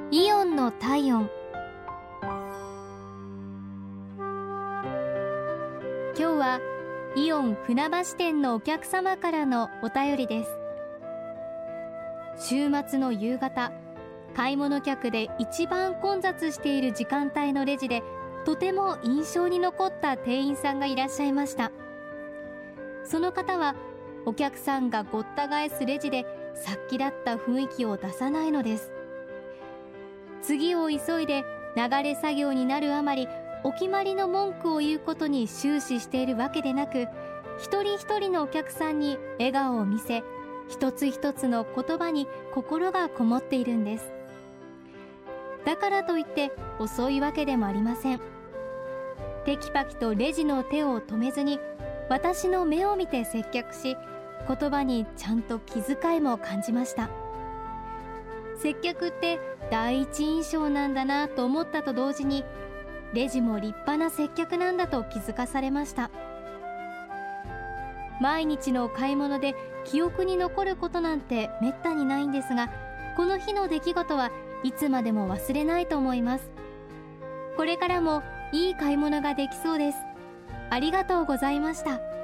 イオンの体温。今日はイオン船橋店のお客様からのお便りです。週末の夕方、買い物客で一番混雑している時間帯のレジでとても印象に残った店員さんがいらっしゃいました。その方はお客さんがごった返すレジで殺気だった雰囲気を出さないのです。次を急いで流れ作業になるあまりお決まりの文句を言うことに終始しているわけでなく、一人一人のお客さんに笑顔を見せ、一つ一つの言葉に心がこもっているんです。だからといって遅いわけでもありません。テキパキとレジの手を止めずに私の目を見て接客し、言葉にちゃんと気遣いも感じました。接客って第一印象なんだなと思ったと同時に、レジも立派な接客なんだと気づかされました。毎日の買い物で記憶に残ることなんてめったにないんですが、この日の出来事はいつまでも忘れないと思います。これからもいい買い物ができそうです。ありがとうございました。